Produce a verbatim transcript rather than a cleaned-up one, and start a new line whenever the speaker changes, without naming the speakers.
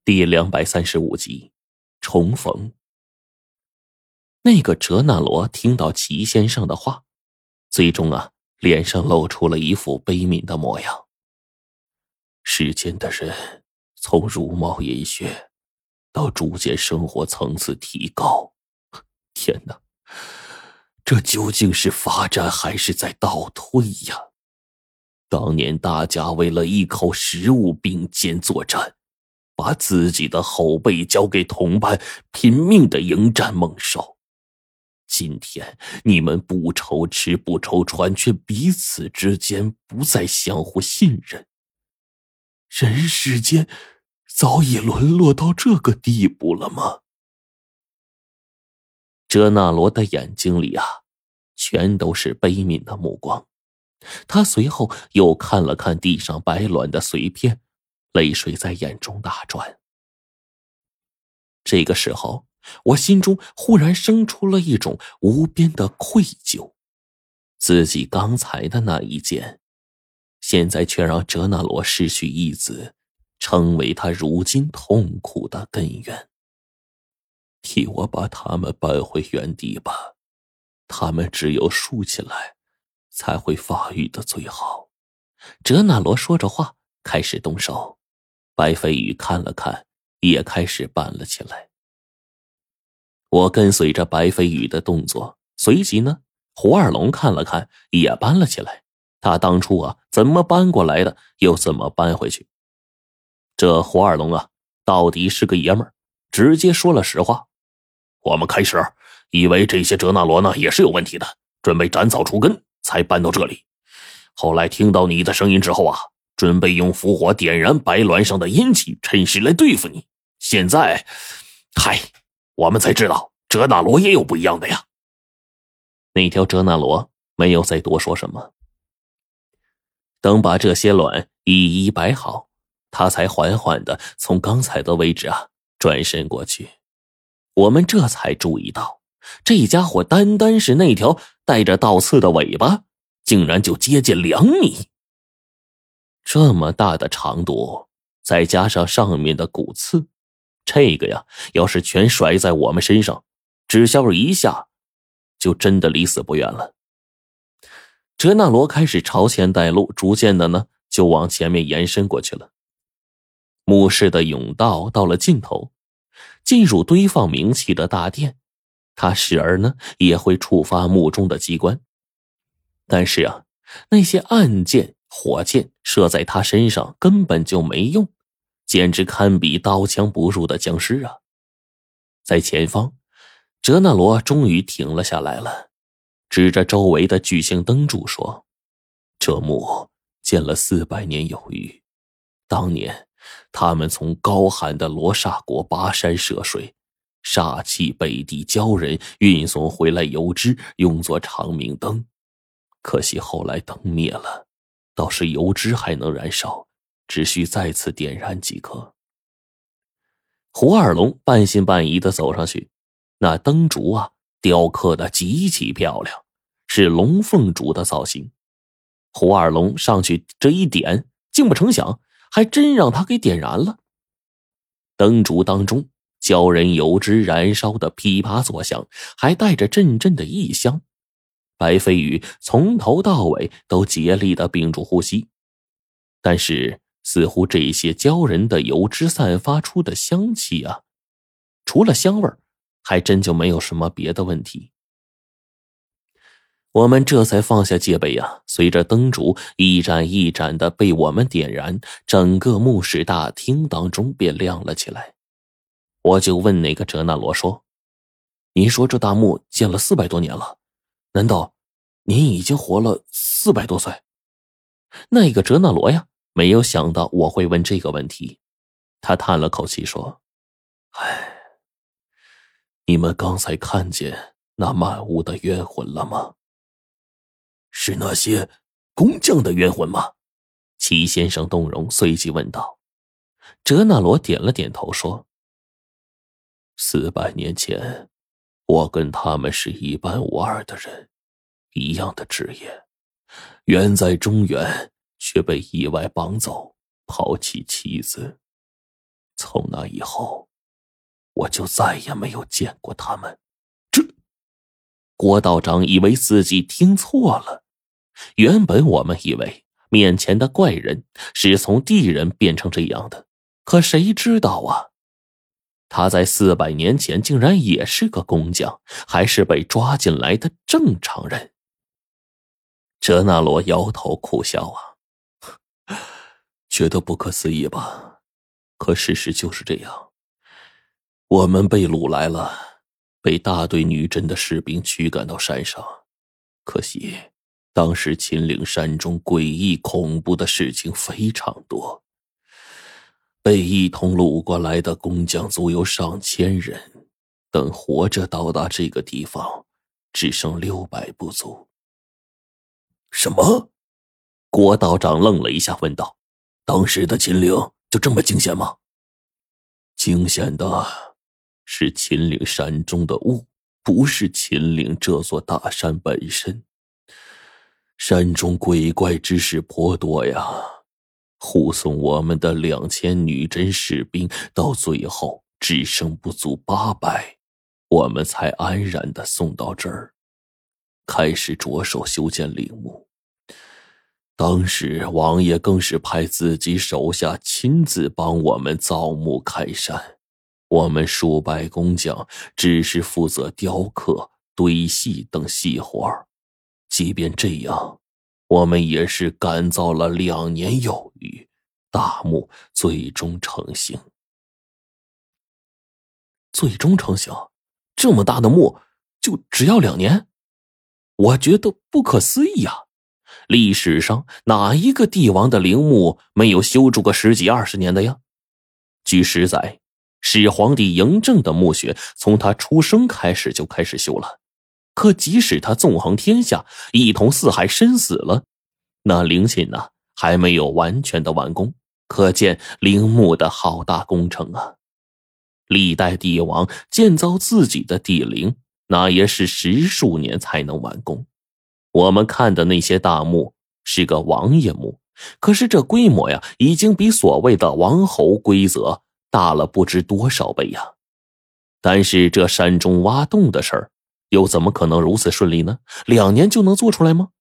第两百三十五集，重逢。那个哲那罗听到齐先生的话，最终啊，脸上露出了一副悲悯的模样。世间的人，从茹毛饮血，到逐渐生活层次提高，天哪，这究竟是发展还是在倒退呀？当年大家为了一口食物并肩作战，把自己的后背交给同伴，拼命的迎战猛兽。今天你们不愁吃不愁穿，却彼此之间不再相互信任。人世间早已沦落到这个地步了吗？哲那罗的眼睛里啊，全都是悲悯的目光。他随后又看了看地上白卵的碎片，泪水在眼中打转。这个时候，我心中忽然生出了一种无边的愧疚，自己刚才的那一件，现在却让哲那罗失去一子，成为他如今痛苦的根源。替我把他们搬回原地吧，他们只有竖起来才会发育的最好。哲那罗说着话，开始动手。白飞羽看了看，也开始搬了起来。我跟随着白飞羽的动作，随即呢，胡二龙看了看，也搬了起来。他当初啊，怎么搬过来的，又怎么搬回去。这胡二龙啊，到底是个爷们儿，直接说了实话。我们开始以为这些哲那罗呢也是有问题的，准备斩草除根，才搬到这里。后来听到你的声音之后啊，准备用符火点燃白鸾上的阴气，趁势来对付你。现在，嗨，我们才知道哲那罗也有不一样的呀。那条哲那罗没有再多说什么。等把这些卵一一摆好，他才缓缓地从刚才的位置啊转身过去。我们这才注意到，这家伙单单是那条带着倒刺的尾巴，竟然就接近两米。这么大的长度，再加上上面的骨刺，这个呀，要是全甩在我们身上，只消一下，就真的离死不远了。哲那罗开始朝前带路，逐渐的呢，就往前面延伸过去了。墓室的甬道到了尽头，进入堆放冥器的大殿，他时而呢也会触发墓中的机关，但是啊，那些暗箭、火箭射在他身上根本就没用，简直堪比刀枪不入的僵尸啊！在前方，哲那罗终于停了下来了，指着周围的巨型灯柱说：“这墓建了四百年有余，当年他们从高寒的罗刹国跋山涉水，煞气北地鲛人运送回来油脂，用作长明灯。可惜后来灯灭了，倒是油脂还能燃烧，只需再次点燃即可。”胡二龙半信半疑地走上去，那灯烛啊，雕刻的极其漂亮，是龙凤烛的造型。胡二龙上去这一点，竟不成想还真让他给点燃了。灯烛当中，鲛人油脂燃烧的噼啪作响，还带着阵阵的异香。白飞羽从头到尾都竭力地屏住呼吸，但是似乎这些鲛人的油脂散发出的香气啊，除了香味儿，还真就没有什么别的问题。我们这才放下戒备啊，随着灯烛一盏一盏的被我们点燃，整个墓室大厅当中便亮了起来。我就问那个哲那罗说：“您说这大墓建了四百多年了，难道您已经活了四百多岁？”那个哲那罗呀，没有想到我会问这个问题，他叹了口气说：“唉，你们刚才看见那满屋的冤魂了吗？”“是那些工匠的冤魂吗？”齐先生动容，随即问道。哲那罗点了点头说：“四百年前，我跟他们是一般无二的人，一样的职业，远在中原，却被意外绑走，抛弃妻子。从从那以后，我就再也没有见过他们。这……郭道长以为自己听错了。原本我们以为面前的怪人是从地人变成这样的，可谁知道啊，他在四百年前竟然也是个工匠，还是被抓进来的正常人。哲那罗摇头苦笑啊，觉得不可思议吧？可事实就是这样。我们被掳来了，被大队女真的士兵驱赶到山上。可惜当时秦岭山中诡异恐怖的事情非常多，被一同掳过来的工匠足有上千人，等活着到达这个地方，只剩六百不足。什么？郭道长愣了一下，问道：当时的秦岭就这么惊险吗？惊险的是秦岭山中的雾，不是秦岭这座大山本身。山中鬼怪之事颇多呀，护送我们的两千女真士兵到最后只剩不足八百，我们才安然地送到这儿，开始着手修建陵墓。当时王爷更是派自己手下亲自帮我们造墓开山，我们数百工匠只是负责雕刻、堆细等细活。即便这样，我们也是赶造了两年有余，大墓最终成型。最终成型？这么大的墓就只要两年？我觉得不可思议啊！历史上哪一个帝王的陵墓没有修筑个十几二十年的呀？据史载，始皇帝嬴政的墓穴从他出生开始就开始修了，可即使他纵横天下，一统四海，身死了，那陵寝呢、啊、还没有完全的完工，可见陵墓的浩大工程啊！历代帝王建造自己的帝陵，那也是十数年才能完工。我们看的那些大墓是个王爷墓，可是这规模呀，已经比所谓的王侯规则大了不知多少倍呀。但是这山中挖洞的事儿，又怎么可能如此顺利呢？两年就能做出来吗？